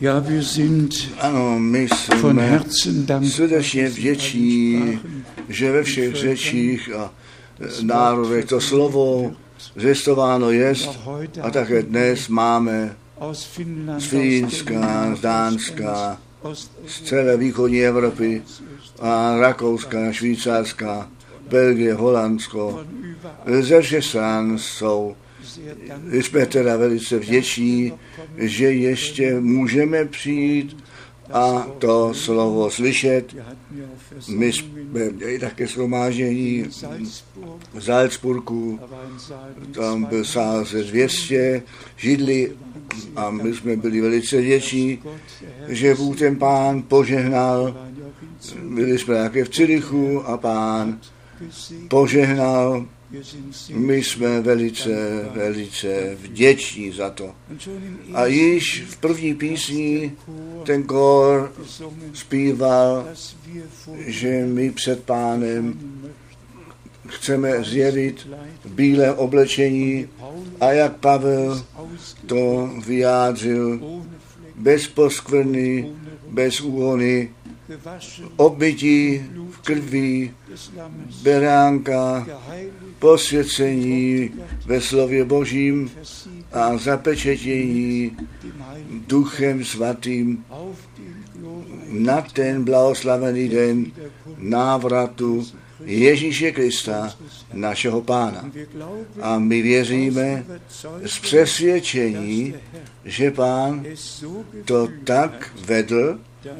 Ja, wir sind Ano, my von jsme Herzen dankbar. srdečně vděční, že ve všech řečích a národech to slovo zvěstováno jest a také dnes máme z Finska, z Dánska, z celé východní Evropy a Rakouska, Švýcarska, Belgie, Holandsko. Ze všech stran jsou. Jsme teda velice vděční, že ještě můžeme přijít a to slovo slyšet. My jsme měli také shromáždění v Salzburgu, tam byl sál ze 200 židli a my jsme byli velice vděční, že Bůh ten Pán požehnal. Byli jsme také v Zürichu a Pán požehnal. My jsme velice vděční za to. A již v první písni ten kór zpíval, že my před Pánem chceme zjevit bílé oblečení a jak Pavel to vyjádřil, bez poskvrny, bez úhony, obmytí v krví beránka, posvěcení ve slově Božím a zapečetění Duchem Svatým na ten blahoslavený den návratu Ježíše Krista, našeho Pána. A my věříme z přesvědčení, že Pán to tak vedl,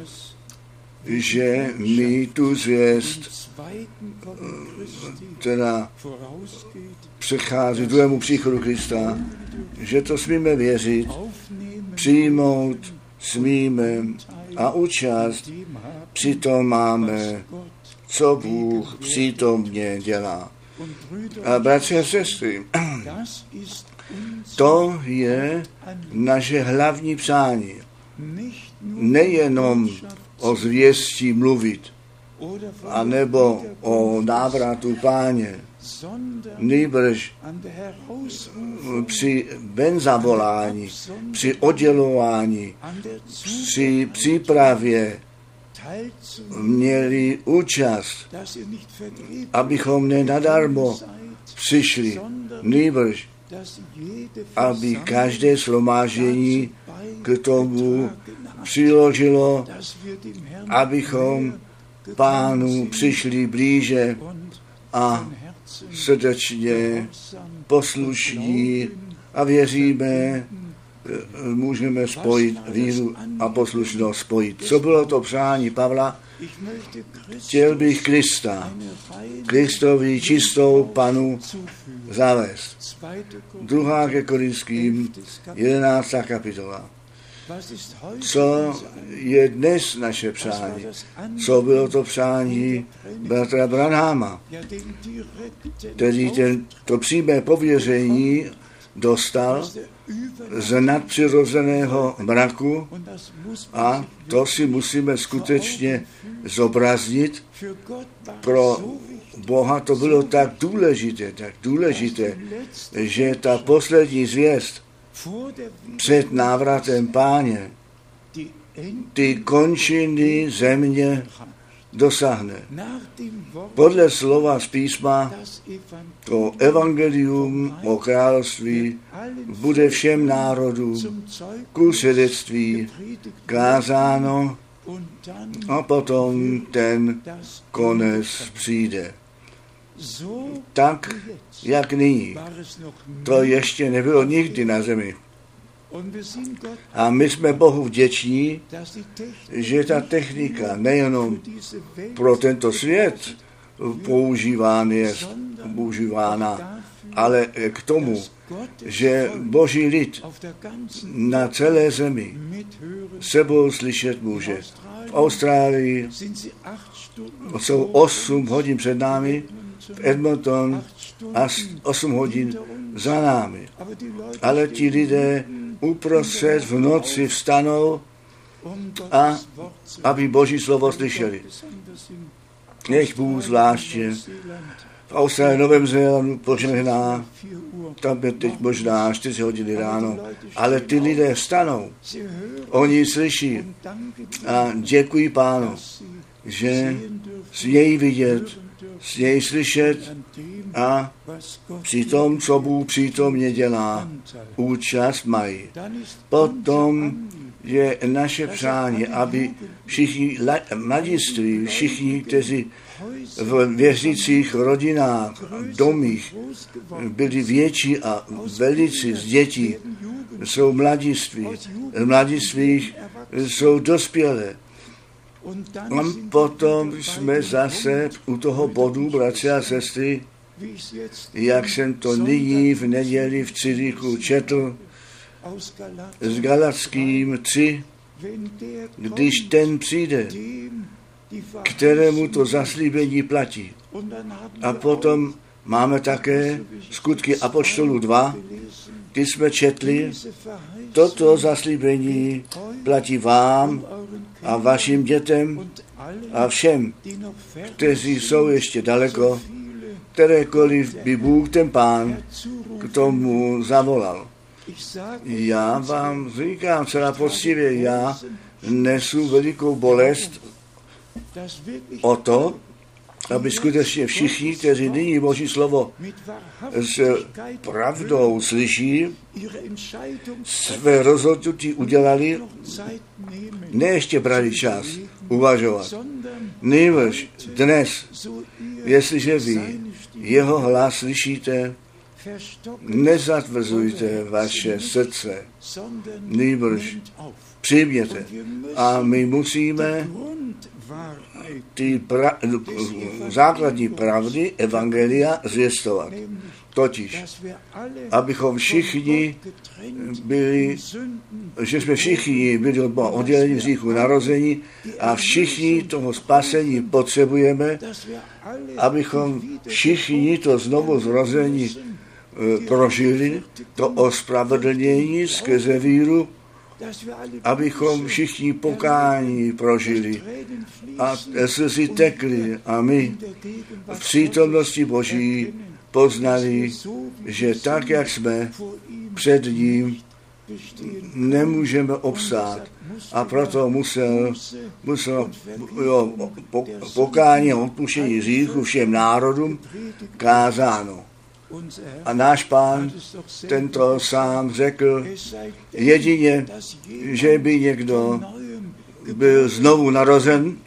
že my tu zvěst teda předchází druhému příchodu Krista, že to smíme věřit, přijmout smíme a účast přitom máme, co Bůh přítomně dělá. A bratři a sestry, to je naše hlavní přání. Nejenom o zvěstí mluvit, anebo o návratu Páně, nýbrž při venzavolání, při oddělování, při přípravě měli účast, abychom nenadarmo přišli, nýbrž aby každé shromáždění k tomu přiložilo, abychom Pánu přišli blíže a srdečně poslušní a věříme, můžeme spojit víru a poslušnost spojit. Co bylo to přání Pavla? Chtěl bych Krista, Kristovi čistou Panu zavést. 2. ke Korinským, 11. kapitola. Co je dnes naše přání? Co bylo to přání bratra Branhama, který to přímé pověření dostal z nadpřirozeného mraku a to si musíme skutečně zobraznit. Pro Boha to bylo tak důležité, že ta poslední zvěst před návratem Páně ty končiny země dosáhne. Podle slova z písma to evangelium o království bude všem národům ku svědectví kázáno a potom ten konec přijde. Tak, jak nyní. To ještě nebylo nikdy na zemi. A my jsme Bohu vděční, že ta technika nejenom pro tento svět používána, ale k tomu, že Boží lid na celé zemi sebou slyšet může. V Austrálii jsou 8 hodin před námi, v Edmonton a 8 hodin za námi. Ale ti lidé uprostřed v noci vstanou a aby Boží slovo slyšeli. Nech Bůh zvláště v Austrálii, Novém Zélandu požehná, tam je teď možná 4 hodiny ráno, ale ty lidé vstanou, oni slyší a děkují Pánu, že smějí vidět, smějí slyšet a při tom, co Bůh přítomně dělá, účast mají. Potom je naše přání, aby všichni mladiství, všichni, kteří v věřících rodinách, domích byli větší a velicí z dětí, jsou mladiství, z mladistvých jsou dospělé. A potom jsme zase u toho bodu, bratři a sestry, jak jsem to nyní v neděli v Cirichu četl, s Galatským 3, když ten přijde, kterému to zaslíbení platí. A potom máme také Skutky apoštolů 2, ty jsme četli, toto zaslíbení platí vám a vašim dětem a všem, kteří jsou ještě daleko, kterékoliv by Bůh, ten Pán, k tomu zavolal. Já vám říkám celá poctivě, já nesu velikou bolest o to, aby skutečně všichni, kteří nyní Boží slovo s pravdou slyší, své rozhodnutí udělali, ne ještě brali čas uvažovat. Nýbrž dnes, jestliže vy jeho hlas slyšíte, nezatvrzujte vaše srdce, nýbrž přijměte. A my musíme ty základní pravdy Evangelia zvěstovat. Totiž, abychom všichni byli, že jsme všichni byli od Boha odděleni v hříchu narození a všichni toho spasení potřebujeme, abychom všichni to znovu zrození prožili, to ospravedlnění skrze víru, abychom všichni pokání prožili a slzy tekly a my v přítomnosti Boží poznali, že tak, jak jsme před ním, nemůžeme obstát. A proto musel pokání a odpuštění hříchu všem národům kázáno. A náš Pán tento sám řekl, jedině, že by někdo byl znovu narozen,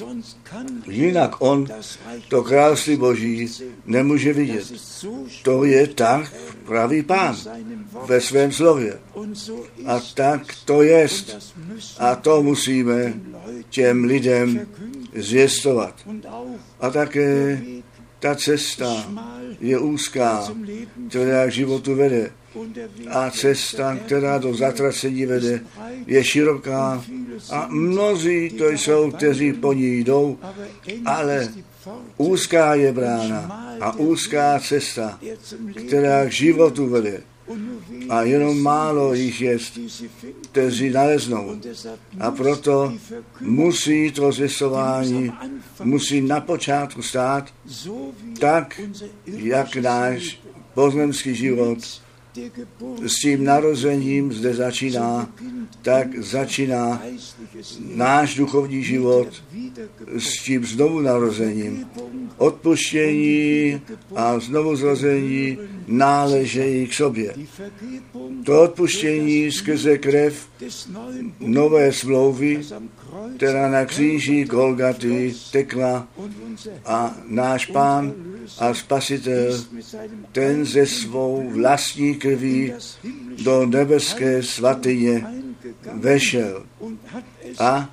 jinak on to království Boží nemůže vidět. To je tak, pravý Pán ve svém slově. A tak to jest. A to musíme těm lidem zvěstovat. A také ta cesta je úzká, která k životu vede. A cesta, která do zatracení vede, je široká. A mnozí to jsou, kteří po ní jdou, ale úzká je brána a úzká cesta, která k životu vede. A jenom málo jich je, kteří naleznou. A proto musí to zvěstování, musí na počátku stát tak, jak náš pozemský život s tím narozením zde začíná, tak začíná náš duchovní život s tím znovu narozením. Odpuštění a znovu zrození náležejí k sobě. To odpuštění skrze krev nové smlouvy, která na kříži Golgaty tekla a náš Pán a Spasitel, ten ze svou vlastní krví do nebeské svatyně vešel a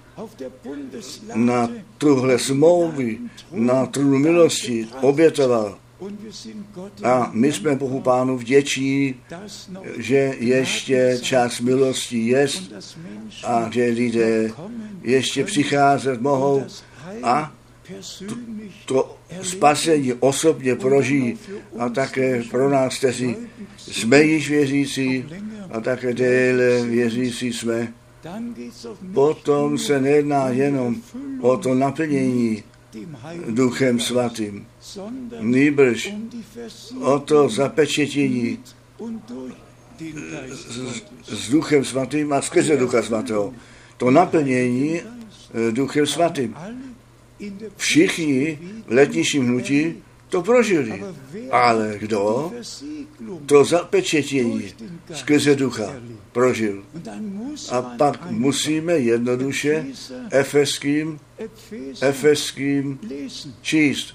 na truhle smlouvy, na trůn milosti obětoval. A my jsme Bohu Pánu vděční, že ještě čas milosti jest a že lidé ještě přicházet mohou a to spasení osobně prožijí a také pro nás, kteří jsme již věřící a také déle věřící jsme. Potom se nejedná jenom o to naplnění Duchem Svatým, nýbrž o to zapečetění s Duchem Svatým a skrze Ducha Svatého. To naplnění Duchem Svatým. Všichni v letničním hnutí to prožili. Ale kdo to zapečetění skrze Ducha prožil? A pak musíme jednoduše Efeským číst.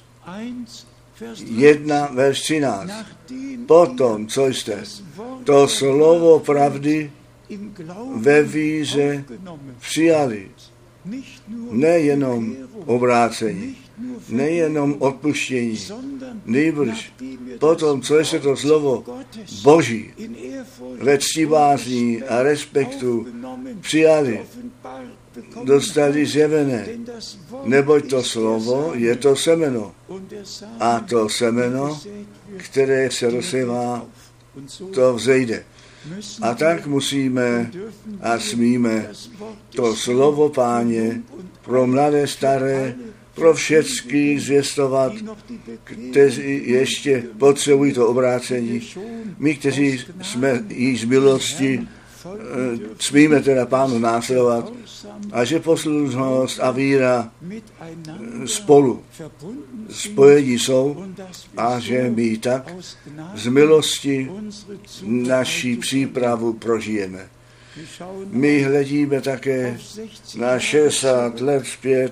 1, verš 13. Potom, co jste to slovo pravdy ve víře přijali, nejenom obrácení, nejenom odpuštění, nýbrž potom, co jste to slovo Boží ve ctibázní a respektu přijali, dostali zjevené, neboť to slovo je to semeno. A to semeno, které se rozsévá, to vzejde. A tak musíme a smíme to slovo Páně pro mladé, staré, pro všechny zvěstovat, kteří ještě potřebují to obrácení. My, kteří jsme již z milosti, smíme teda Pánu následovat, a že poslušnost a víra spolu spojení jsou a že my tak z milosti naší přípravu prožijeme. My hledíme také na 60 let zpět,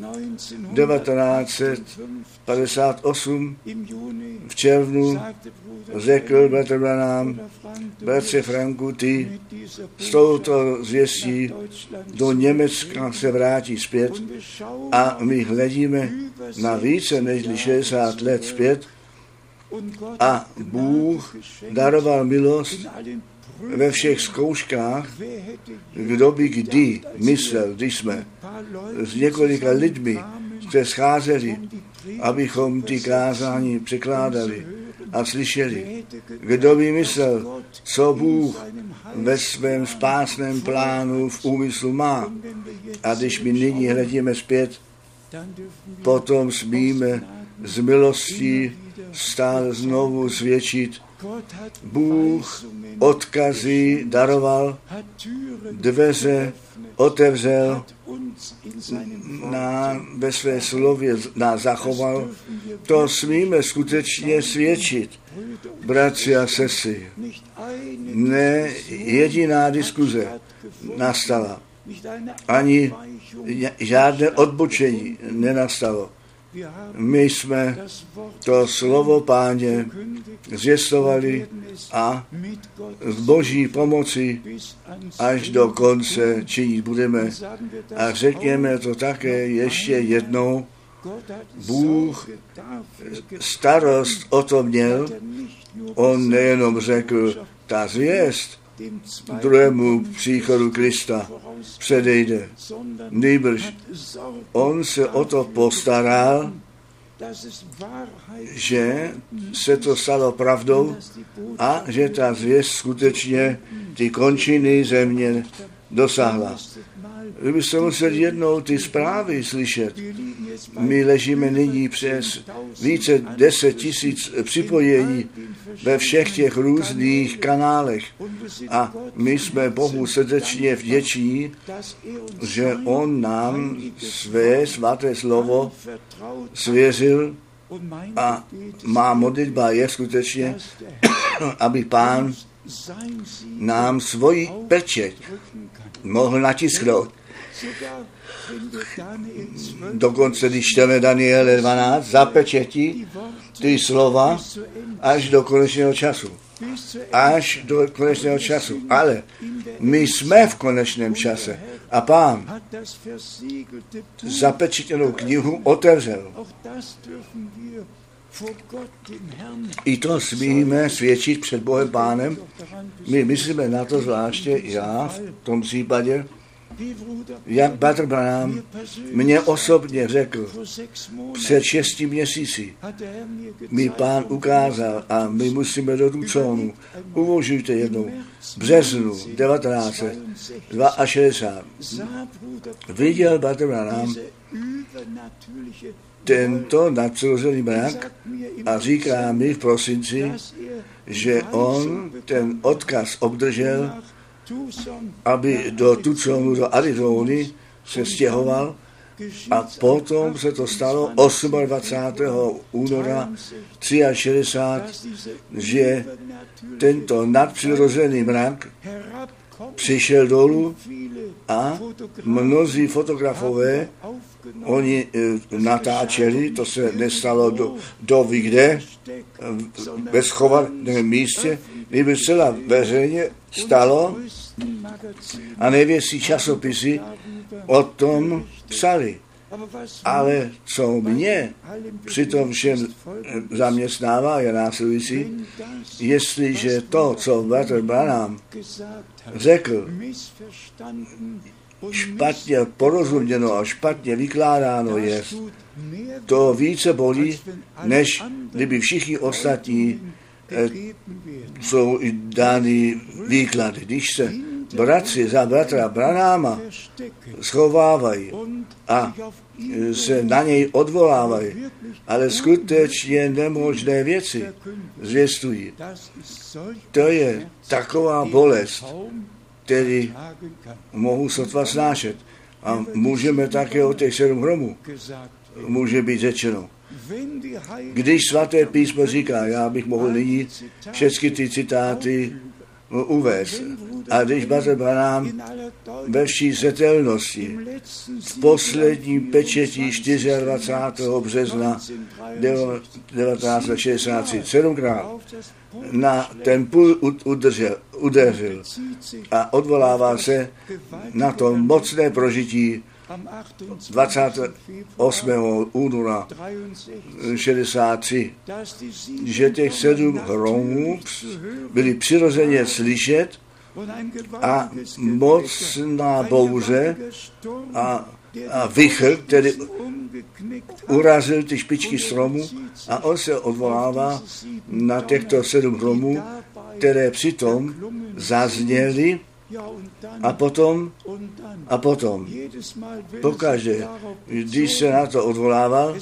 1958 v červnu řekl bratr Branham, bratře Franku, ty s touto zvěstí do Německa se vrátí zpět a my hledíme na více než 60 let zpět a Bůh daroval milost ve všech zkouškách. Kdo by kdy myslel, když jsme s několika lidmi se scházeli, abychom ty kázání překládali a slyšeli. Kdo by myslel, co Bůh ve svém spásném plánu v úmyslu má. A když my nyní hledíme zpět, potom smíme z milostí stále znovu svědčit. Bůh odkazy daroval, dveře otevřel, ve své slově nás zachoval. To smíme skutečně svědčit, bratři a sestry. Ne jediná diskuze nastala, ani žádné odbočení nenastalo. My jsme to slovo Páně zvěstovali a s Boží pomoci až do konce činit budeme. A řekněme to také ještě jednou. Bůh starost o to měl. On nejenom řekl, ta zvěst druhému příchodu Krista předejde. Nýbrž on se o to postaral, že se to stalo pravdou a že ta zvěst skutečně ty končiny země dosáhla. Vy byste museli jednou ty zprávy slyšet. My ležíme nyní přes více 10 000 připojení ve všech těch různých kanálech. A my jsme Bohu srdečně vděční, že on nám své svaté slovo svěřil a má modlitba je skutečně, aby Pán nám svoji pečeť mohl natisknout. Dokonce, když čteme Daniele 12, zapečetí ty slova až do konečného času. Až do konečného času. Ale my jsme v konečném čase a Pán zapečetěnou knihu otevřel. I to smíme svědčit před Bohem Pánem. My myslíme na to zvláště, já v tom případě, jak bratr Branham mě osobně řekl před 6 měsíci. Mi Pán ukázal a my musíme do Tucsonu. Uvažujte jednou. V březnu 1962 viděl bratr Branham tento nadpřirozený mrak a říká mi v prosinci, že on ten odkaz obdržel, aby do Tucsonu, do Arizony se stěhoval, a potom se to stalo 28. února 63, že tento nadpřirozený mrak přišel dolů a mnozí fotografové, oni natáčeli, to se nestalo do kde, ve schovaném místě, kdyby zcela veřejně stalo a největší časopisy o tom psali. Ale co mě přitom všem zaměstnává, je následující, jestliže to, co bratr Branham řekl, špatně porozuměno a špatně vykládáno je, to více bolí, než kdyby všichni ostatní jsou dány výklady. Když se bratři za bratra Branhama schovávají a se na něj odvolávají, ale skutečně nemožné věci zvěstují. To je taková bolest, který mohu sotva snášet. A můžeme také o těch 7 hromů může být řečeno. Když svaté písmo říká, já bych mohl nyní všechny ty citáty uvést. A když bratr Branham ve vší zřetelnosti v posledním pečetí 24. března 1963 7krát na ten půl udeřil a odvolává se na to mocné prožití 28. února 63, že těch 7 hromů byly přirozeně slyšet a mocná bouře a vichr, který urazil ty špičky stromu, a on se odvolává na těchto 7 hromů, které přitom zazněly a potom, pokaždé, když se na to odvolával,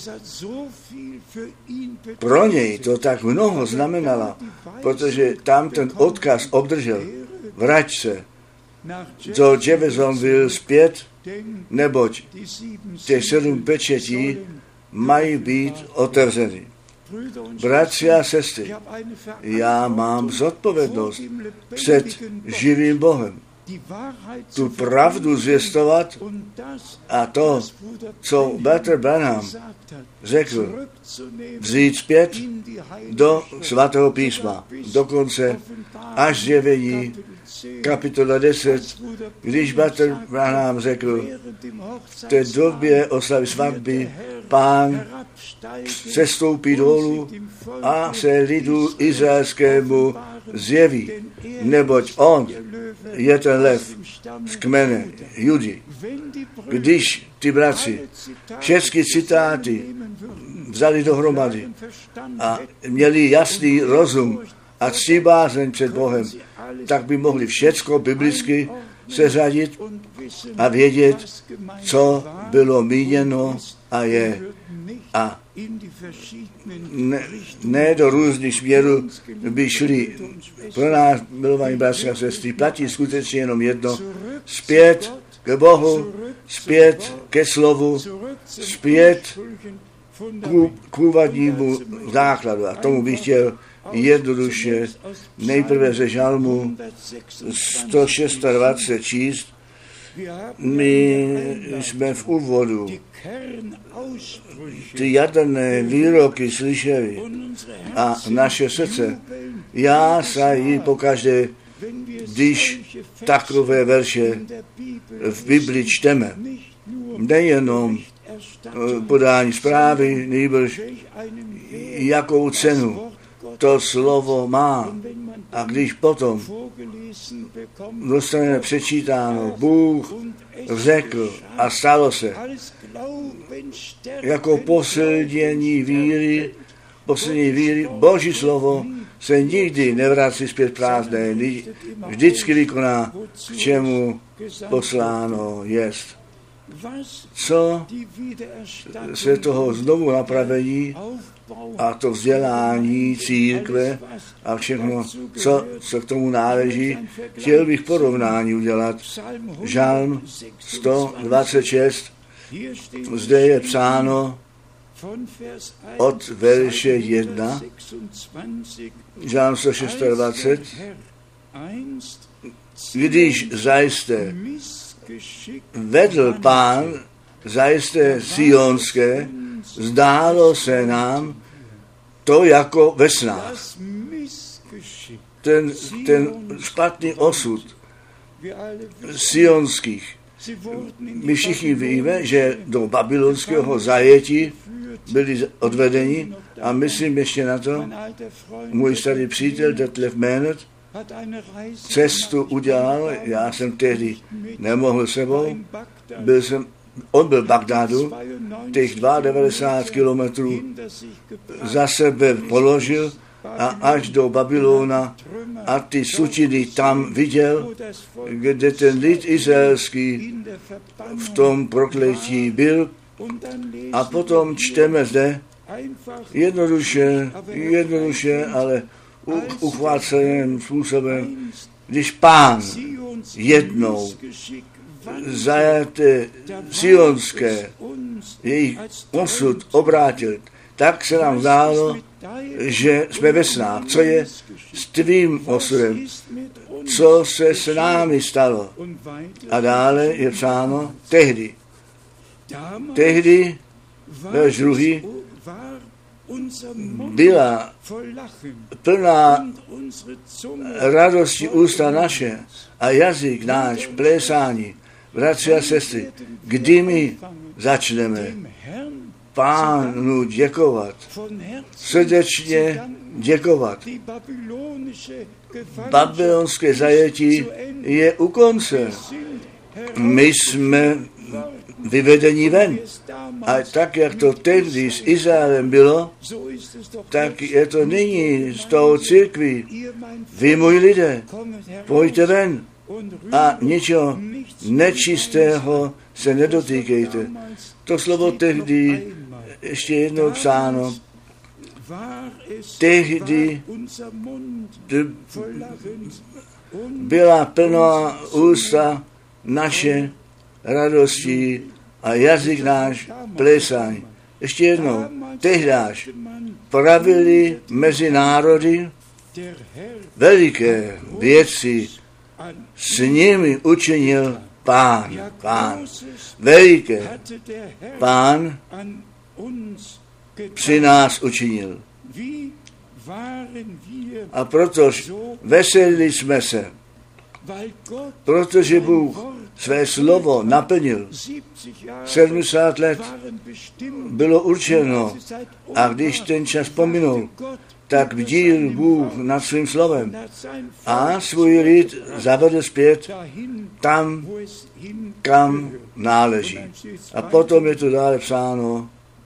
pro něj to tak mnoho znamenalo, protože tam ten odkaz obdržel, vrať se do Jeffersonville zpět, neboť těch 7 pečetí mají být otevřeny. Bratři a sestry, já mám zodpovědnost před živým Bohem tu pravdu zvěstovat a to, co bratr Branham řekl, vzít zpět do svatého písma, dokonce až zjevení kapitola 10, když bratr Branham řekl, v té době oslavy svatby Pán sestoupí dolů a se lidu izraelskému zjeví, neboť on je ten lev z kmene Judy. Když ty bratři všechny citáty vzali dohromady a měli jasný rozum a ctibázeň před Bohem, tak by mohli všecko biblicky seřadit a vědět, co bylo míněno a je. A ne do různých směrů by šli. Pro nás, milovaní bratři a sestry, platí skutečně jenom jedno. Zpět k Bohu, zpět ke slovu, zpět k původnímu základu. A tomu bych chtěl jednoduše nejprve ze žalmu 126 číst. My jsme v úvodu ty jaderné výroky slyšeli a naše srdce jásají pokaždé, když takové verše v Bibli čteme. Nejenom podání zprávy, nýbrž jakou cenu to slovo má. A když potom dostaneme přečítáno, Bůh řekl a stalo se, jako poslední víry, Boží slovo se nikdy nevrací zpět prázdné, vždycky vykoná, k čemu posláno jest. co se toho znovu napravení a to vzdělání církve a všechno, co k tomu náleží, chtěl bych porovnání udělat. Žalm 126, zde je psáno od verše 1, Žalm 126, když zajisté vedl Pán, zajisté sionské, zdálo se nám to jako ve snách. Ten špatný osud sionských. My všichni víme, že do babylonského zajetí byli odvedeni a myslím ještě na to, můj starý přítel Detlef Mehnert cestu udělal, já jsem tehdy nemohl sebou, on byl v Bagdádu, těch 92 kilometrů za sebe položil a až do Babylona a ty sutiny tam viděl, kde ten lid izraelský v tom prokletí byl. A potom čteme zde jednoduše, ale uchváceným způsobem, když Pán jednou zajaté sionské jejich osud obrátil, tak se nám zdálo, že jsme ve snách. Co je s tvým osudem? Co se s námi stalo? A dále je psáno tehdy, verš 2, byla plná radosti ústa naše a jazyk náš plésání. Bratři a sestry, kdy my začneme Pánu děkovat, srdečně děkovat. Babylonské zajetí je u konce. My jsme vyvedení ven. A tak, jak to tehdy s Izraelem bylo, tak je to nyní s tou církví. Vy, moji lidé, pojďte ven a ničeho nečistého se nedotýkejte. To slovo tehdy ještě jednou psáno. Tehdy byla plná ústa naše radostí a jazyk náš plésání. Ještě jednou, tehdáž pravili mezi národy veliké věci, s nimi učinil Pán. Veliké Pán při nás učinil. A protože veselili jsme se, protože Bůh své slovo naplnil. 70 let bylo určeno a když ten čas pominul, tak bdil Bůh nad svým slovem a svůj lid zavedl zpět tam, kam náleží. A potom je tu dále psáno,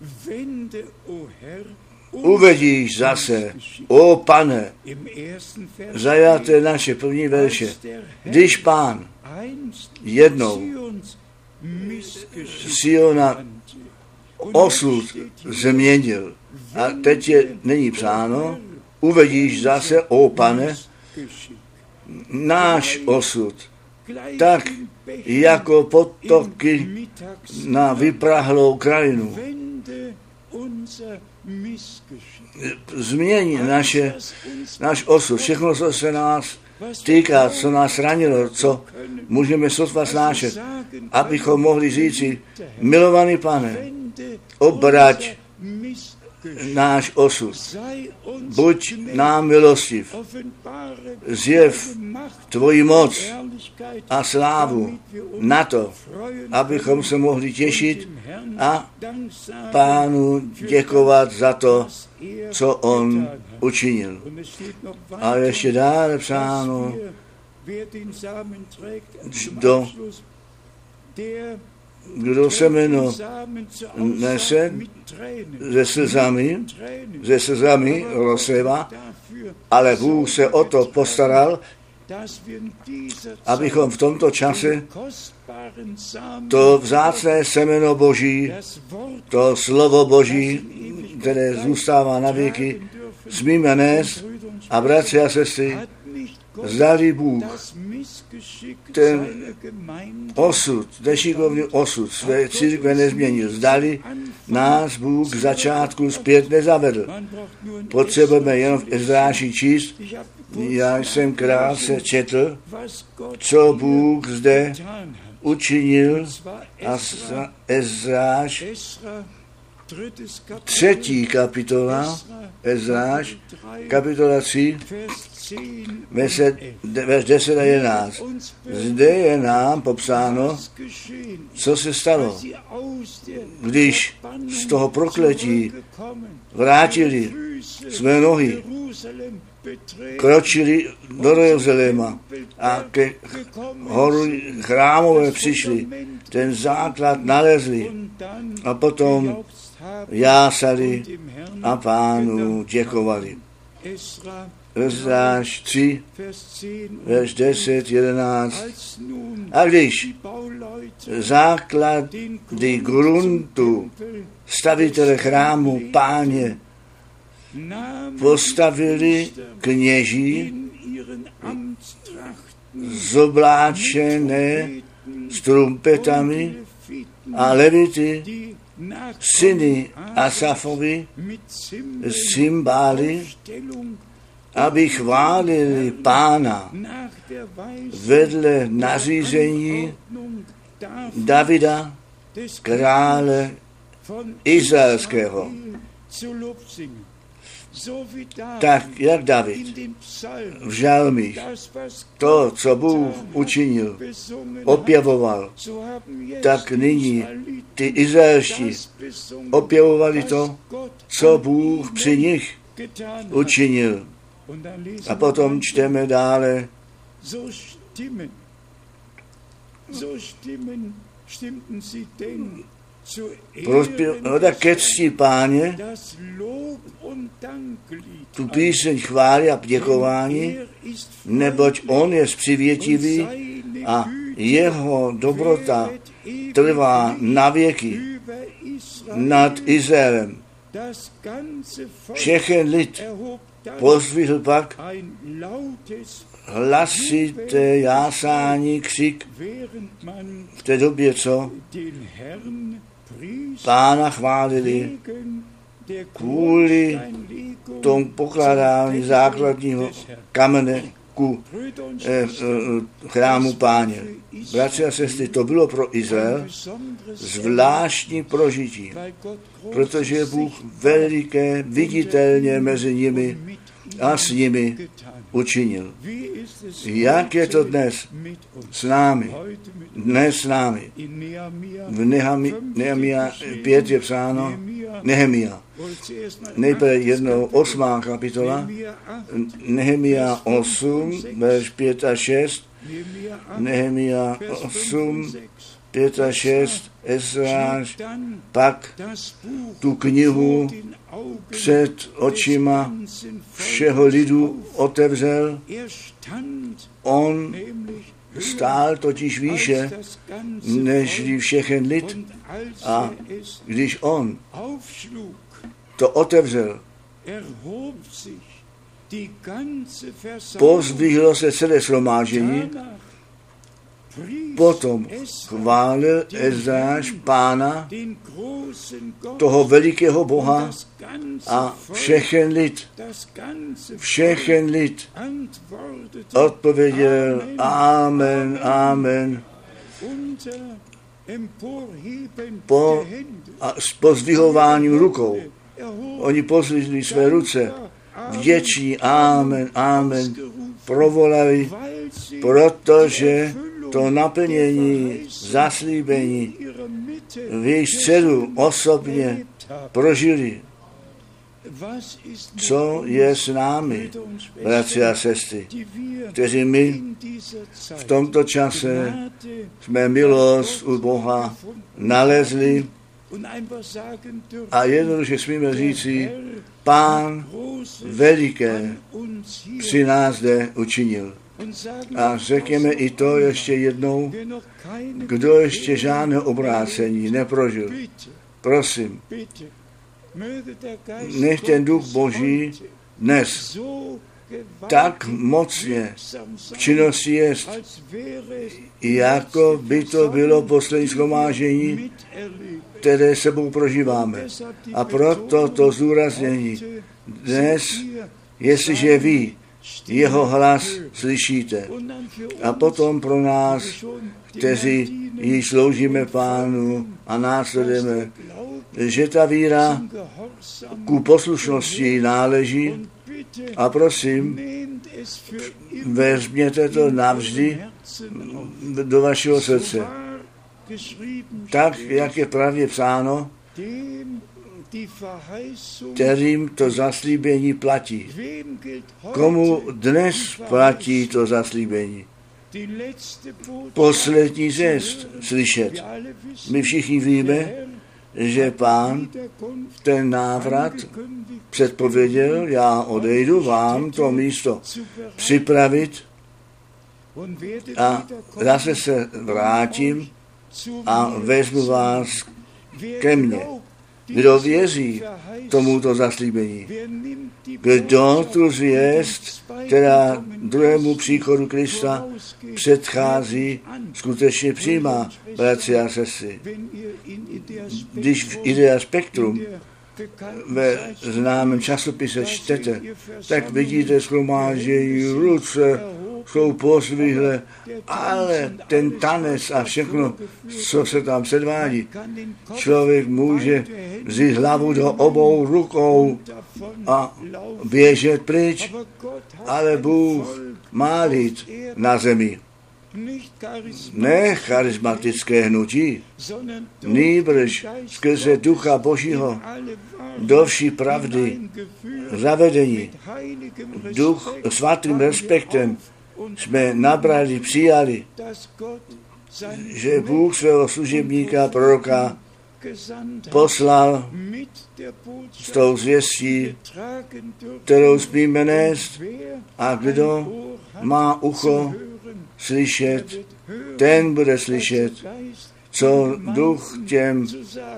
uvedíš zase, o Pane, zajaté naše první verše, když Pán jednou Siona osud změnil a teď není psáno, uvedíš zase, o Pane, náš osud, tak jako potoky na vyprahlou krajinu. Změní náš osud, všechno, co se nás týká, co nás ranilo, co můžeme sotva snášet, abychom mohli říci, milovaný Pane, obrať náš osud, buď nám milostiv, zjev tvoji moc a slávu na to, abychom se mohli těšit a Pánu děkovat za to, co on učinil. A ještě dále psáno, kdo semeno nese ze slzami rozsévá, ale Bůh se o to postaral, abychom v tomto čase to vzácné semeno Boží, to slovo Boží, které zůstává na věky, smíme nést a bratři a sestry, zdali Bůh ten osud, nešikovný osud své církve nezměnil, zdali nás Bůh k začátku zpět nezavedl. Potřebujeme jenom v Ezráši číst. Já jsem krátce četl, co Bůh zde učinil, a Ezráš 3. kapitola, Ezráš, kapitola 3, verš 10 a 11. Zde je nám popsáno, co se stalo, když z toho prokletí vrátili své nohy, kročili do Jeruzaléma a ke horu chrámové přišli, ten základ nalezli a potom jásali a Pánu děkovali. Ezráš 3, verš 10, 11. A když základy gruntu stavitele chrámu Páně postavili kněží zobláčené s trumpetami a levity, syny Asafovi s cymbály, aby chválili Pána vedle nařízení Davida, krále izraelského. Tak jak David v žalmích to, co Bůh učinil, opěvoval, tak nyní ty izraelští opěvovali to, co Bůh při nich učinil. A potom čteme dále. Tak ke cti Páně tu píseň chvály a děkování, neboť on je přivětivý a jeho dobrota trvá na věky nad Izraelem. Všechen lid pozdvihl pak hlasité jásání, křik v té době, co Pána chválili kvůli tomu pokládání základního kamene ku chrámu Páně. Bratři a sestry, to bylo pro Izrael zvláštní prožití, protože Bůh veliké viditelně mezi nimi a s nimi učinil. Jak je to dnes s námi? Dnes s námi. V Nehemia 5 je psáno, Nehemia. Nejprve jednou 8. kapitola, Nehemia 8, verš 5 a 6, Nehemia 8, 5 a 6, Ezráš pak tu knihu před očima všeho lidu otevřel. On stál totiž výše než všechen lid, a když on to otevřel, pozdvihlo se celé shromáždění, potom chválil Ezráš Pána, toho velikého Boha, a všechen lid odpověděl Amen, Amen. Po pozdvihování rukou oni pozdvihli své ruce, vděční Amen, Amen, provolali, protože to naplnění zaslíbení v jejich středu osobně prožili. Co je s námi, bratři a sestry, kteří my v tomto čase jsme milost u Boha nalezli a jednoduše smíme říci, Pán veliké při nás zde učinil. A řekněme i to ještě jednou, kdo ještě žádné obrácení neprožil. Prosím, nech ten duch Boží dnes tak mocně v činnosti jest, jako by to bylo poslední shromáždění, které sebou prožíváme. A proto to zdůraznění dnes, jestliže vy jeho hlas slyšíte. A potom pro nás, kteří již sloužíme Pánu a následujeme, že ta víra ku poslušnosti náleží. A prosím, vezměte to navždy do vašeho srdce. Tak, jak je pravdě psáno, kterým to zaslíbení platí. Komu dnes platí to zaslíbení? Poslední zvěst slyšet. My všichni víme, že Pán ten návrat předpověděl, já odejdu vám to místo připravit a zase se vrátím a vezmu vás ke mně. Kdo věří tomuto zaslíbení? Kdo tu zvěst, která druhému příchodu Krista předchází, skutečně přijímá, bratři a sestry? Když v Idea Spectrum ve známém časopise čtete, tak vidíte shromáždění, ruce jsou pozdvihlé, ale ten tanec a všechno, co se tam předvádí, člověk může vzít hlavu do obou rukou a běžet pryč, ale Bůh má lid na zemi. Ne charismatické hnutí, nýbrž skrze Ducha Božího do vší pravdy zavedení. Duch svatým respektem jsme nabrali, přijali, že Bůh svého služebníka, proroka, poslal s tou zvěstí, kterou smíme nést, a kdo má ucho slyšet, ten bude slyšet, co duch těm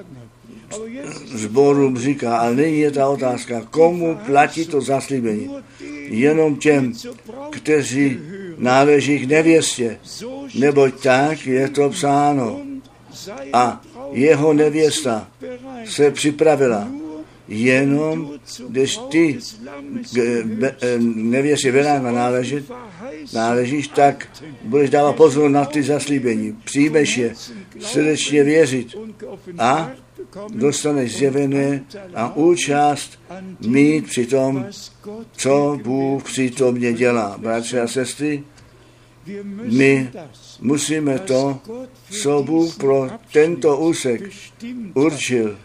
sborům říká. Ale nyní je ta otázka, komu platí to zaslíbení? Jenom těm, kteří náleží k nevěstě, neboť tak je to psáno. A jeho nevěsta se připravila. Jenom když ty nevěstě Berána náležíš, tak budeš dávat pozor na ty zaslíbení. Přijmeš je, srdečně věřit a dostaneš zjevené a účast mít při tom, co Bůh přítomně dělá. Bratři a sestry, my musíme to, co Bůh pro tento úsek určil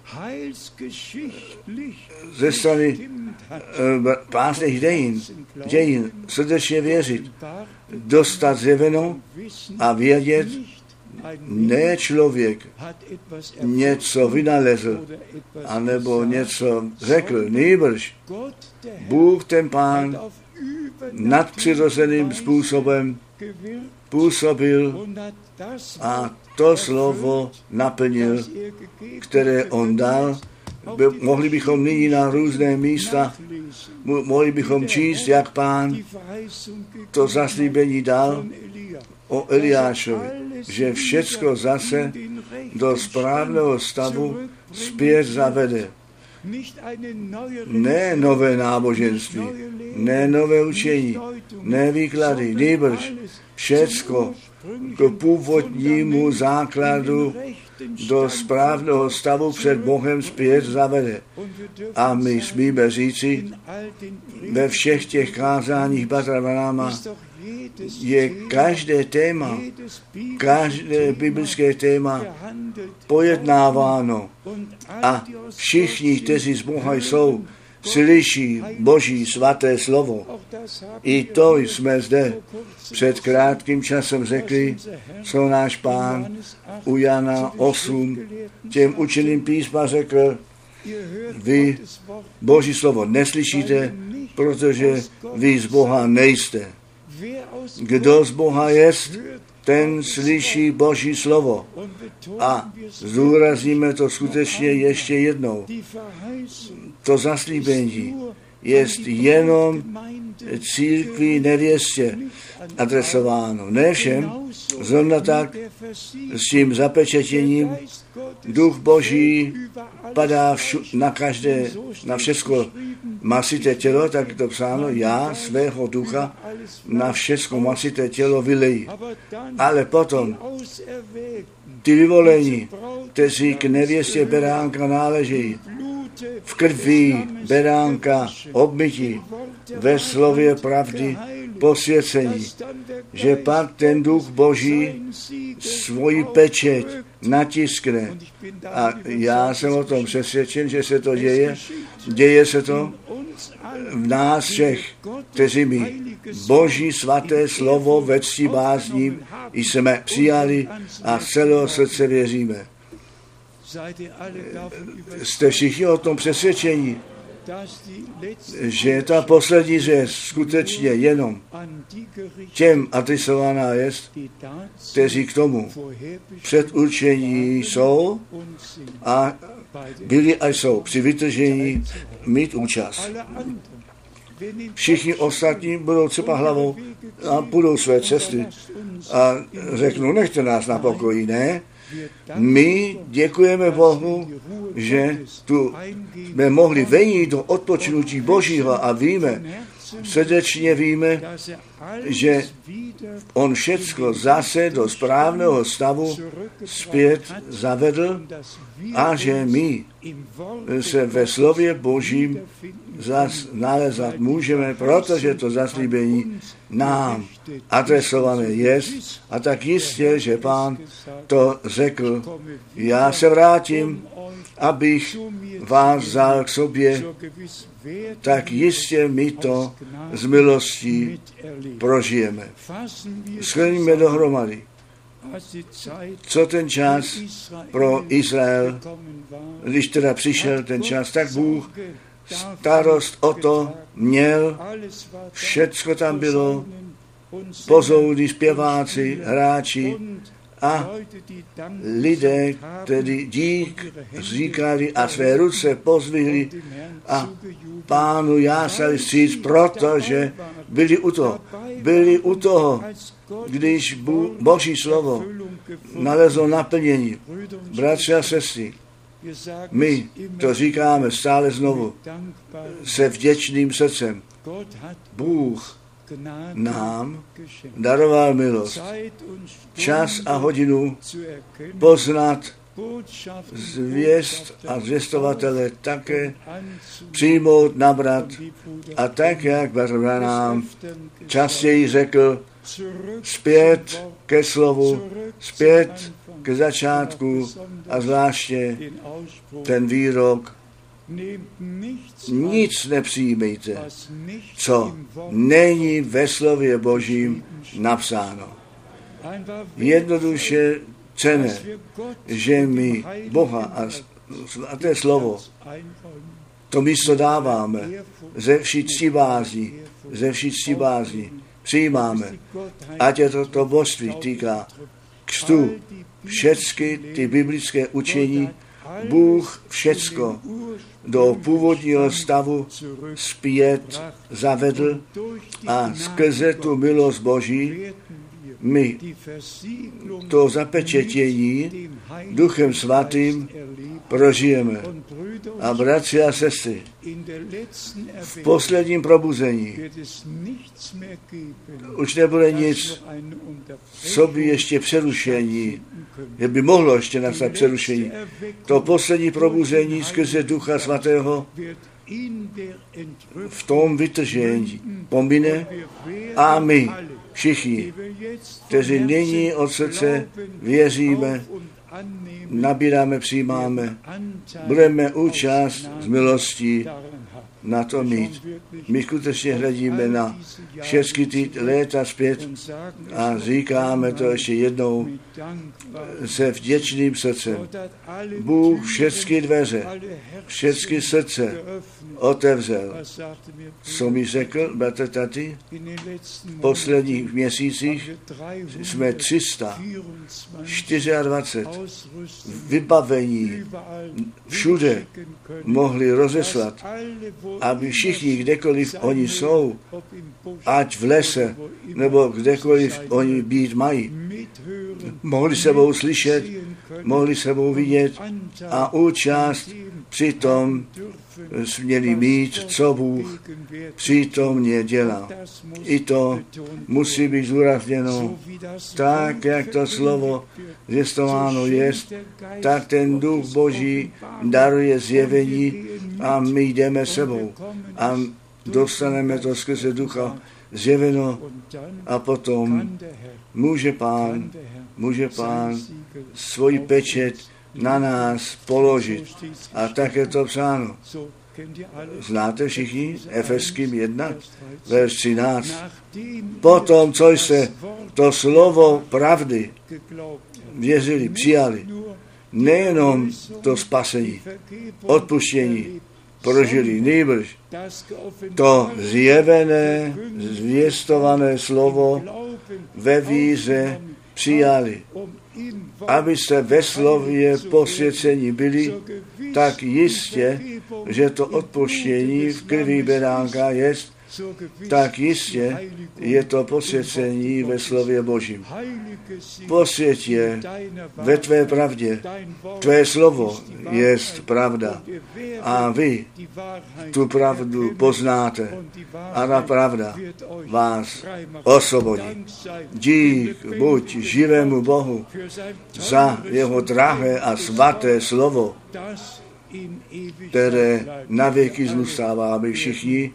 ze strany pásných dějin, srdečně věřit, dostat zjeveno a vědět, ne člověk něco vynalezl, anebo něco řekl, nýbrž Bůh ten Pán nadpřirozeným způsobem působil a to slovo naplnil, které on dal. Mohli bychom nyní na různé místa, mohli bychom číst, jak Pán to zaslíbení dal o Eliášovi, že všecko zase do správného stavu zpět zavede. Ne nové náboženství, ne nové učení, ne výklady, nýbrž všecko k původnímu základu do správného stavu před Bohem zpět zavede. A my smíme říci, ve všech těch kázáních Bratra Branhama je každé téma, každé biblické téma pojednáváno. A všichni, kteří z Boha jsou, slyší Boží svaté slovo. I to jsme zde před krátkým časem řekli, co náš Pán u Jana 8 těm učeným písma řekl, vy Boží slovo neslyšíte, protože vy z Boha nejste. Kdo z Boha jest, ten slyší Boží slovo. A zdůrazníme to skutečně ještě jednou. To zaslíbení jest jenom církvi nevěstě adresováno. Ne všem, zrovna tak s tím zapečetěním Duch Boží padá na všechno masité tělo, tak je to psáno, já svého ducha na všechno masité tělo vylejí. Ale potom ty vyvolení, kteří k nevěstě beránka náležejí, v krví beránka obmytí, ve slově pravdy posvěcení, že pak ten Duch Boží svoji pečeť natiskne. A já jsem o tom přesvědčen, že se to děje. Děje se to v nás všech, kteří my Boží svaté slovo ve cti bázní jsme přijali a z celého srdce věříme. Jste všichni o tom přesvědčení, že ta poslední řeč skutečně jenom těm adresovaná jest, kteří k tomu předurčení jsou a byli a jsou při vytržení mít účast. Všichni ostatní budou třeba hlavou a budou své cesty a řeknou, nechte nás na pokoji, ne? My děkujeme Bohu, že tu jsme mohli vejít do odpočinutí Božího a víme, srdečně víme, že on všecko zase do správného stavu zpět zavedl a že my se ve slově Božím zas nalezat můžeme, protože to zaslíbení nám adresované jest a tak jistě, že Pán to řekl. Já se vrátím, abych vás vzal k sobě, tak jistě my to z milostí prožijeme. Shrníme dohromady, co ten čas pro Izrael, když teda přišel ten čas, tak Bůh starost o to měl, všecko tam bylo, pozoudy, zpěváci, hráči a lidé, kteří dík říkali a své ruce pozvihli a Pánu jásali vstříc, protože byli u toho, když Boží slovo nalezlo naplnění. Bratři a sestry, my to říkáme stále znovu se vděčným srdcem. Bůh nám daroval milost, čas a hodinu poznat zvěst a zvěstovatele také přijmout, nabrat a tak, jak Bratr nám častěji řekl, zpět ke slovu, zpět k začátku a zvláště ten výrok, nic nepřijmejte, co není ve slově Božím napsáno. Jednoduše cenné, že my Boha a svaté slovo to místo dáváme ze vší cti bázní, přijímáme, ať je to božství týká křtu, všechny ty biblické učení, Bůh všecko do původního stavu zpět zavedl a skrze tu milost Boží my to zapečetění Duchem Svatým prožijeme. A bratři a sestry, v posledním probuzení už nebude nic, co by ještě přerušení, že by mohlo ještě nastat přerušení. To poslední probuzení skrze Ducha Svatého v tom vytržení pomine a my všichni, kteří nyní od srdce věříme, nabíráme, přijímáme, budeme účast z milostí na to mít. My skutečně hledíme na všechny ty léta zpět a říkáme to ještě jednou se vděčným srdcem. Bůh všechny dveře, všechny srdce otevřel. Co mi řekl, bratr Tati, v posledních měsících jsme 324 vybavení všude mohli rozeslat, aby všichni, kdekoliv oni jsou, ať v lese, nebo kdekoliv oni být mají, mohli sebou slyšet, mohli sebou vidět a účast přitom směli mít, co Bůh přítomně dělá. I to musí být zúrazněno, tak, jak to slovo zjistováno jest, tak ten Duch Boží daruje zjevení a my jdeme sebou a dostaneme to skrze Ducha zjeveno a potom může Pán svoji pečet na nás položit. A tak je to psáno. Znáte všichni Efeským 1, verš 13. Potom, co jste to slovo pravdy věřili, přijali, nejenom to spasení, odpuštění prožili, nýbrž to zjevené, zvěstované slovo ve víře přijali. Abyste ve slově posvěcení byli, tak jistě, že to odpuštění v krvi beránka jest, tak jistě je to posvěcení ve slově Božím. Posvěť je ve tvé pravdě. Tvé slovo jest pravda. A vy tu pravdu poznáte. A ta pravda vás osvobodí. Dík buď živému Bohu za jeho drahé a svaté slovo, které na věky zůstává, aby všichni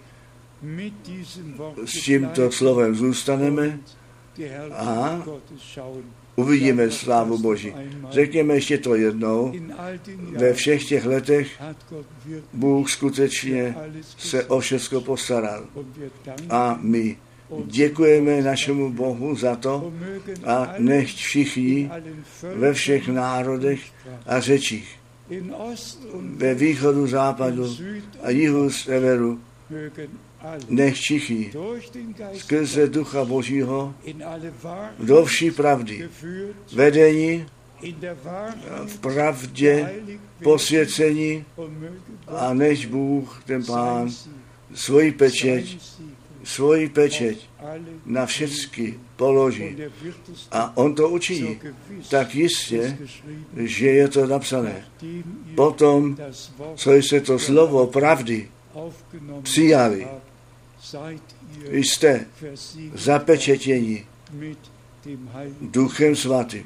s tímto slovem zůstaneme a uvidíme slávu Boží. Řekněme ještě to jednou. Ve všech těch letech Bůh skutečně se o všechno postaral. A my děkujeme našemu Bohu za to a nechť všichni ve všech národech a řečích, ve východu, západu a jihu, severu, nech všichni skrze Ducha Božího do vší pravdy vedení, v pravdě posvěcení a než Bůh, ten Pán, svoji pečeť na všechny položí. A on to učiní. Tak jistě, že je to napsané. Potom, co jste to slovo pravdy přijali, jste zapečetěni Duchem Svatým.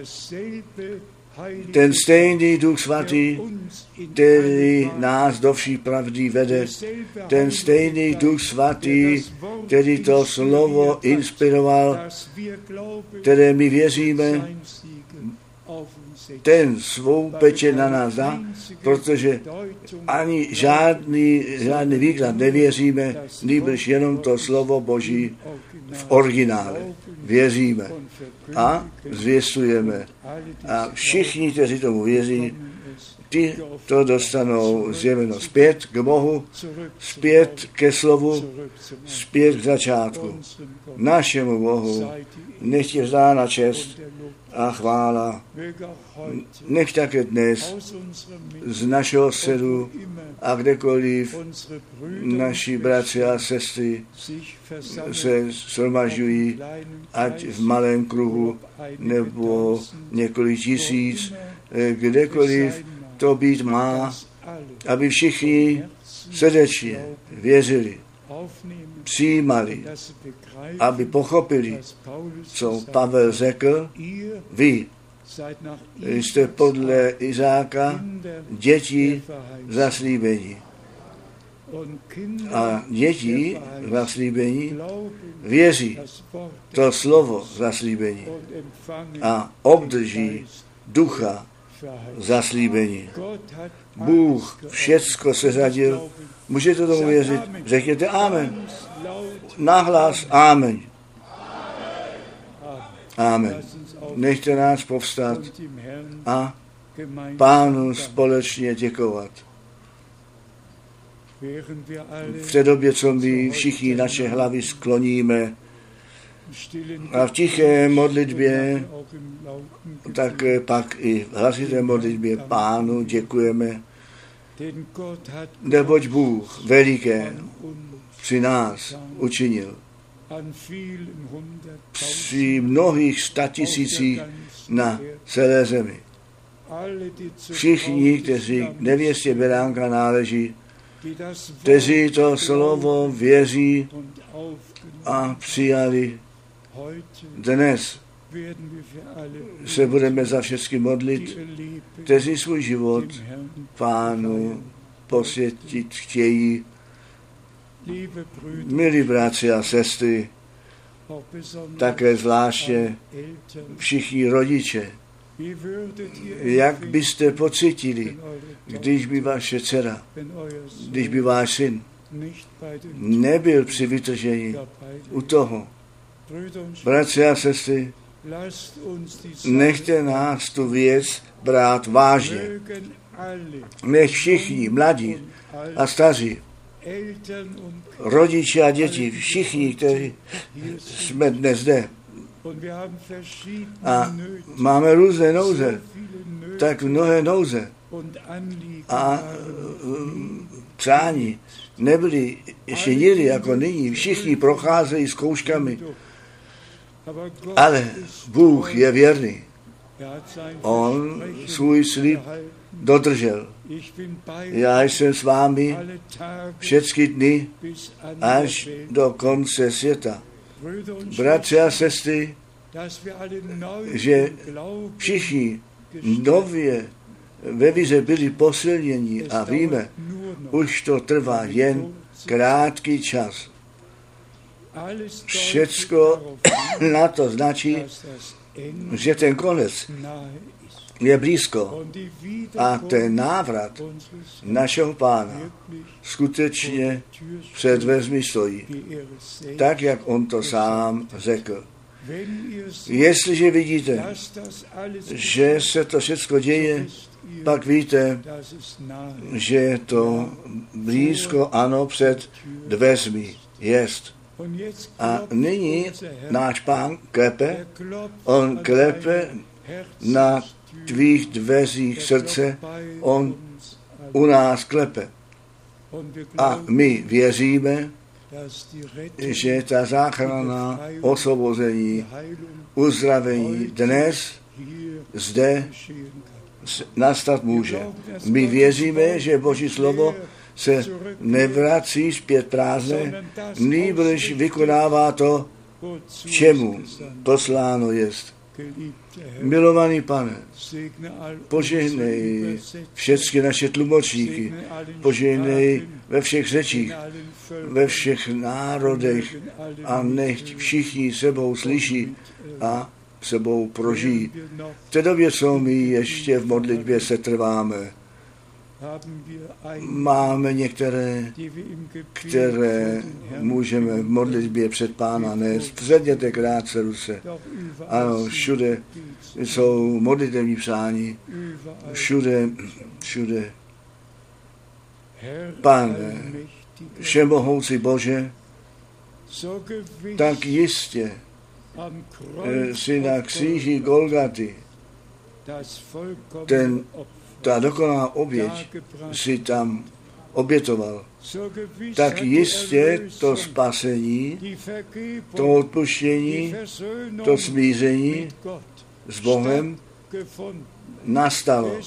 Ten stejný Duch Svatý, který nás do vší pravdy vede, ten stejný Duch Svatý, který to slovo inspiroval, které my věříme, ten svou pečet na nás dá, protože ani žádný výklad nevěříme, nýbrž jenom to slovo Boží v originále věříme a zvěstujeme. A všichni, kteří tomu věří, ty to dostanou zjeveno zpět k Bohu, zpět ke slovu, zpět k začátku. Našemu Bohu nech je vzána čest a chvála. Nech také dnes z našeho středu a kdekoliv naši bratři a sestry se shromažďují, ať v malém kruhu nebo několik tisíc, kdekoliv to být má, aby všichni srdečně věřili, přijímali, aby pochopili, co Pavel řekl, vy jste podle Izáka děti zaslíbení. A děti zaslíbení věří to slovo zaslíbení a obdrží Ducha zaslíbení. Bůh všecko seřadil. Můžete tomu věřit? Řekněte amen. Nahlas amen. Amen. Nechte nás povstat a Pánu společně děkovat. V té době, co my všichni naše hlavy skloníme a v tiché modlitbě, tak pak i v hlasité modlitbě Pánu děkujeme, neboť Bůh veliké při nás učinil. Při mnohých statisících na celé zemi. Všichni, kteří nevěstě beránka náleží, kteří to slovo věří a přijali, dnes se budeme za všechny modlit, kteří svůj život Pánu posvětit chtějí. Milí bratři a sestry, také zvláště všichni rodiče, jak byste pocítili, když by vaše dcera, když by váš syn nebyl při vytržení u toho. Bratři a sestry, nechte nás tu věc brát vážně. Nech všichni, mladí a staří, rodiče a děti, všichni, kteří jsme dnes zde, a máme různé nouze, tak mnohé nouze a přání nebyly ještě nikdy jako nyní. Všichni procházejí zkouškami, ale Bůh je věrný. On svůj slib dodržel. Já jsem s vámi všechny dny až do konce světa. Bratři a sestry, že všichni nově ve víře byli posilněni a víme, už to trvá jen krátký čas. Všecko na to značí, že ten konec je blízko a ten návrat našeho Pána skutečně před dveřmi stojí, tak, jak on to sám řekl. Jestliže vidíte, že se to všechno děje, pak víte, že je to blízko, ano, před dveřmi jest. A nyní náš Pán klepe, on klepe na tvých dveřích srdce, on u nás klepe. A my věříme, že ta záchrana, osvobození, uzdravení dnes zde nastat může. My věříme, že Boží slovo se nevrací zpět prázdné, nýbrž vykonává to, k čemu posláno jest. Milovaný Pane, požehnej všechny naše tlumočníky, požehnej ve všech řečích, ve všech národech a nechť všichni sebou slyší a sebou prožijí. V té době, co my ještě v modlitbě se trváme, máme některé, které můžeme v modlitbě před Pána nést. Předněte krátce ruce. Ano, všude jsou modlitevní přání. Všude. Pane, všemohoucí Bože, tak jistě si na kříži Golgaty ta dokonalá oběť si tam obětoval. Tak jistě to spasení, to odpuštění, to smíření s Bohem nastalo.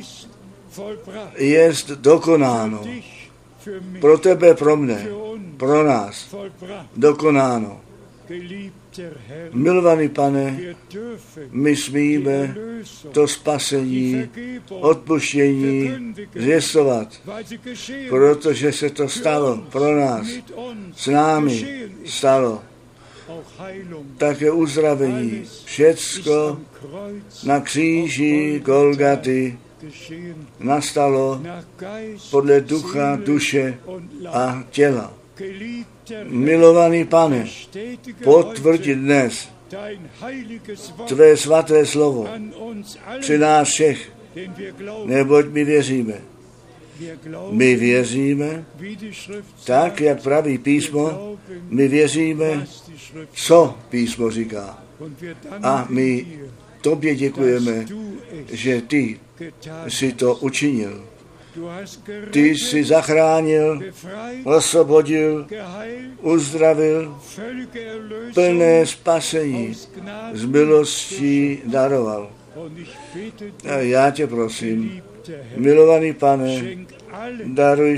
Jest dokonáno. Pro tebe, pro mne, pro nás. Dokonáno. Milovaný Pane, my smíme to spasení, odpuštění zvěstovat, protože se to stalo pro nás, s námi stalo. také uzdravení. Všecko na kříži Golgaty nastalo podle ducha, duše a těla. Milovaný Pane, potvrdí dnes tvé svaté slovo při nás všech, neboť my věříme. My věříme, tak, jak praví písmo, my věříme, co písmo říká. A my tobě děkujeme, že ty jsi to učinil. Ty jsi zachránil, osvobodil, uzdravil, plné spasení z milostí daroval. A já tě prosím, milovaný Pane, daruj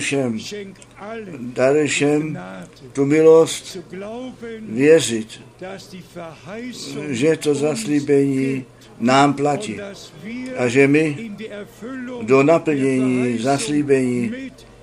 všem tu milost věřit, že to zaslíbení nám platí a že my do naplnění zaslíbení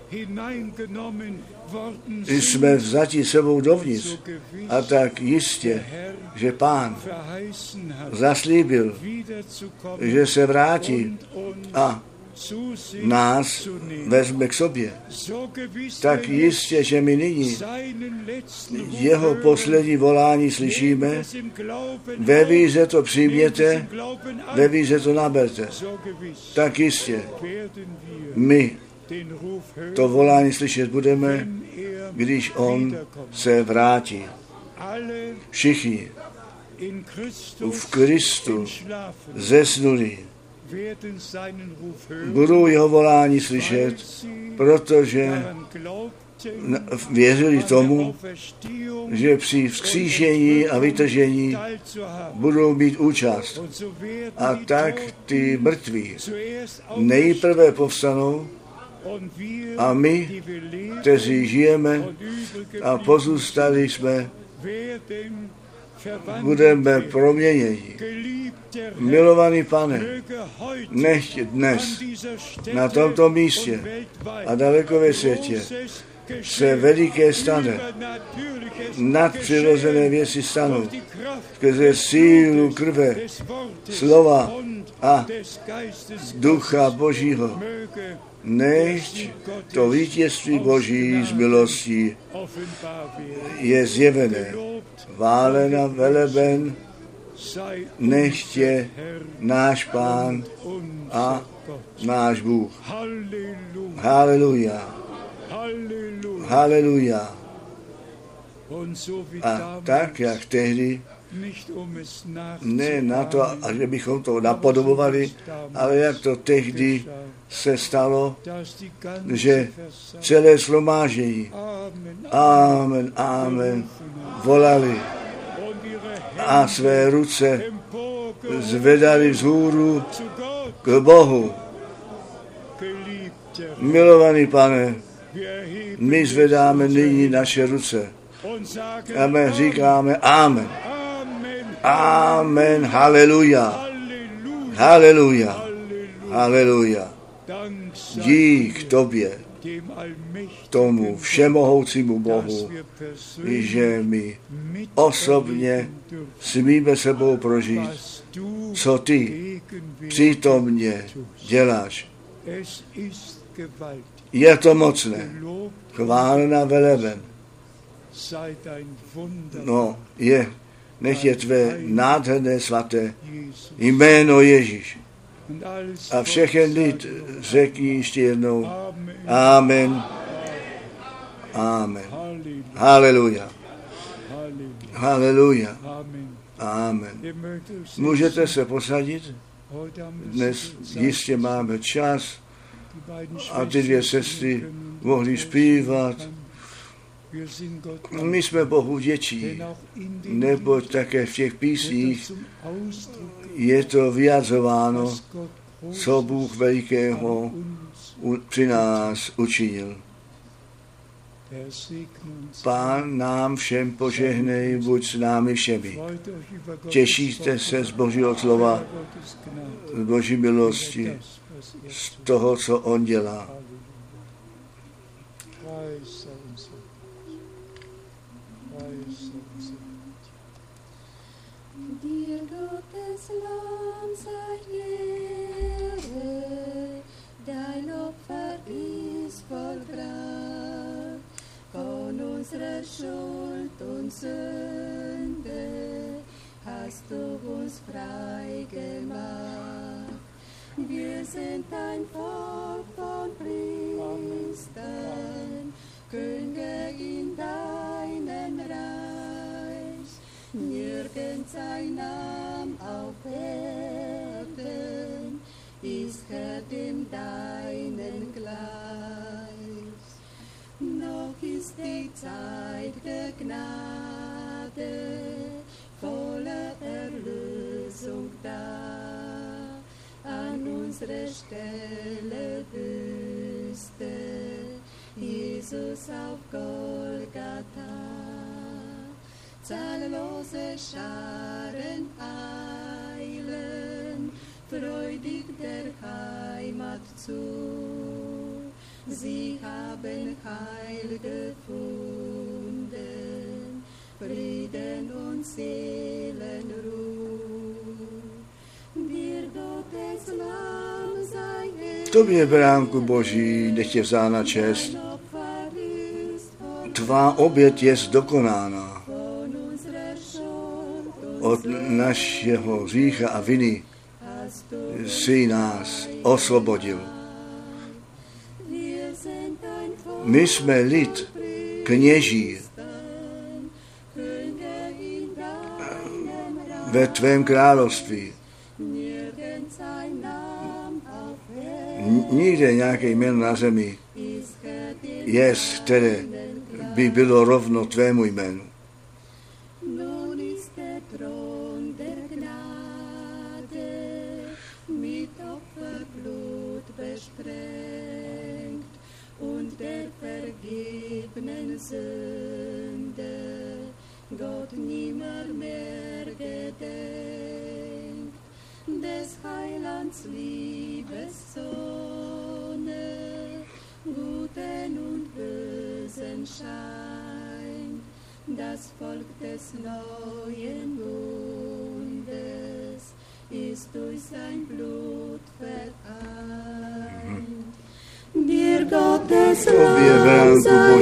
jsme vzati sebou dovnitř. A tak jistě, že Pán zaslíbil, že se vrátí a nás vezme k sobě. Tak jistě, že my nyní jeho poslední volání slyšíme, ve víře to přijměte, ve víře to naberte. Tak jistě, my to volání slyšet budeme, když on se vrátí. Všichni v Kristu zesnulí budou jeho volání slyšet, protože věřili tomu, že při vzkříšení a vytržení budou mít účast. A tak ty mrtví nejprve povstanou a my, kteří žijeme a pozůstali jsme, budeme proměněni. Milovaný Pane, nechť dnes na tomto místě a daleko ve světě se veliké stane, nadpřirozené věci stanou, skrze sílu krve, slova a ducha Božího. Nechť to vítězství Boží z milostí je zjevené. Chválen a veleben nechť je náš Pán a náš Bůh. Haleluja. Haleluja. A tak, jak tehdy, ne na to, že bychom to napodobovali, ale jak to tehdy se stalo, že celé shromáždění amen, amen volali a své ruce zvedali vzhůru k Bohu. Milovaný Pane, my zvedáme nyní naše ruce a my říkáme amen. Amen, haleluja, haleluja, haleluja. Dík tobě, tomu všemohoucímu Bohu, že my osobně smíme sebou prožít, co ty přítomně děláš. Je to mocné. Chválen a veleben. No, nech je tvé nádherné svaté jméno Ježíš. A všechen lid řekni ještě jednou amen, amen, haleluja, haleluja, amen. Můžete se posadit? Dnes jistě máme čas a ty dvě sestry mohly zpívat. My jsme Bohu vděční, neboť také v těch písních je to vyjadřováno, co Bůh velikého při nás učinil. Pán nám všem požehnej, buď s námi všemi. Těšíte se z Božího slova, z Boží milosti, z toho, co on dělá. Dir Gottes Lamm sei Ehre, dein Opfer ist vollbracht, von unserer Schuld und Sünde hast du uns frei gemacht. Wir sind ein Volk von Priestern, Könige in deinem Reich. Nirgends ein Name auf Erden ist Herr dem deinen gleich. Noch ist die Zeit der Gnade, voller Erlösung da. An unserer Stelle Wüste, Jesus auf Golgatha. Zahllose Scharen eilen, freudig der Heimat zu. Sie haben Heil gefunden, Frieden und Seelenruhe. Dir Gottes Lamm sei Tobě, beránku Boží, nech tě vzána čest. Tvá oběť je dokonána. Od našeho hřícha a viny jsi nás osvobodil. My jsme lid kněží ve tvém království. Nikde nějaké jméno na zemi jest, které by bylo rovno tvému jménu. Gott nimmer mehr gedenkt, des Heilands Liebessonne, guten und bösen Schein, das Volk des neuen Bundes ist durch sein Blut vereint. Dir Gottes Lamm sei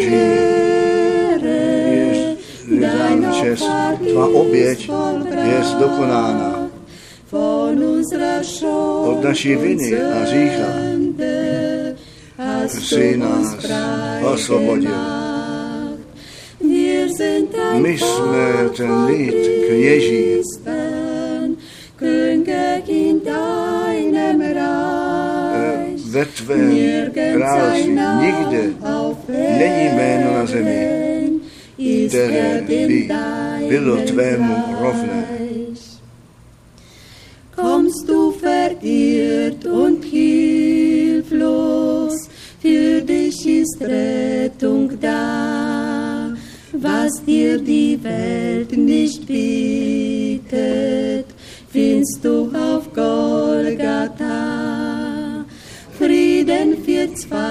Ehre, dein Opfer tvá oběť je dokonána. Od naší viny a hřícha jsi nás osvobodil. My jsme ten lid kněží ve tvém království. Nikde není jméno na zemi, které by bylo tvému rovné. Kommst du verirrt und hilflos, für dich ist Rettung da, was dir die Welt nicht bietet, findest du auf Golgatha. Frieden für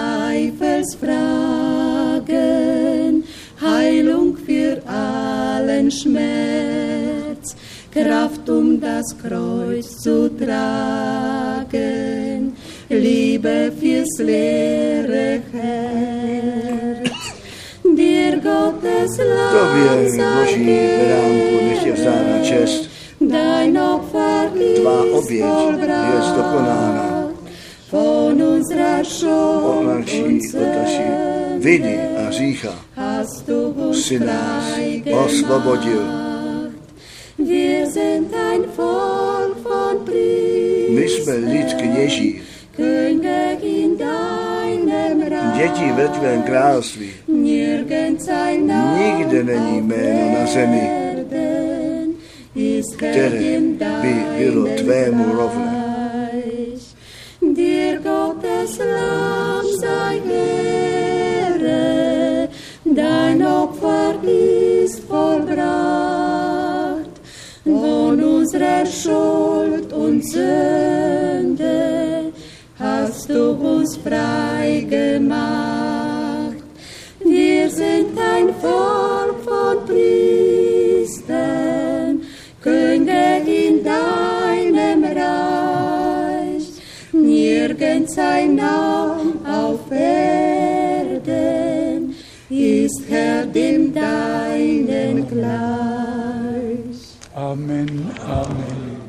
Zweifelsfragen, Heilung für allen Schmerz, Kraft das Kreuz zu tragen, Liebe fürs leere Herz. Dir Gottes Lamm sei Ehre, dein Opfer ist vollbracht, von unserer Schuld und viny a hřícha si nás osvobodil. Wir sind ein Volk von Priestern, my jsme lid kněží, Könige in deinem Reich, děti ve tvém království. Nikde není jméno na zemi, které by bylo tvému rovné. Dir Gottes Lamm sei Ehre, dein Opfer ist vollbracht, von unserer Schuld und Sünde hast du uns frei gemacht. Wir sind ein Volk von Priestern, Könige und sein Name auf Erden ist Herr dem Deinen gleich. Amen, Amen.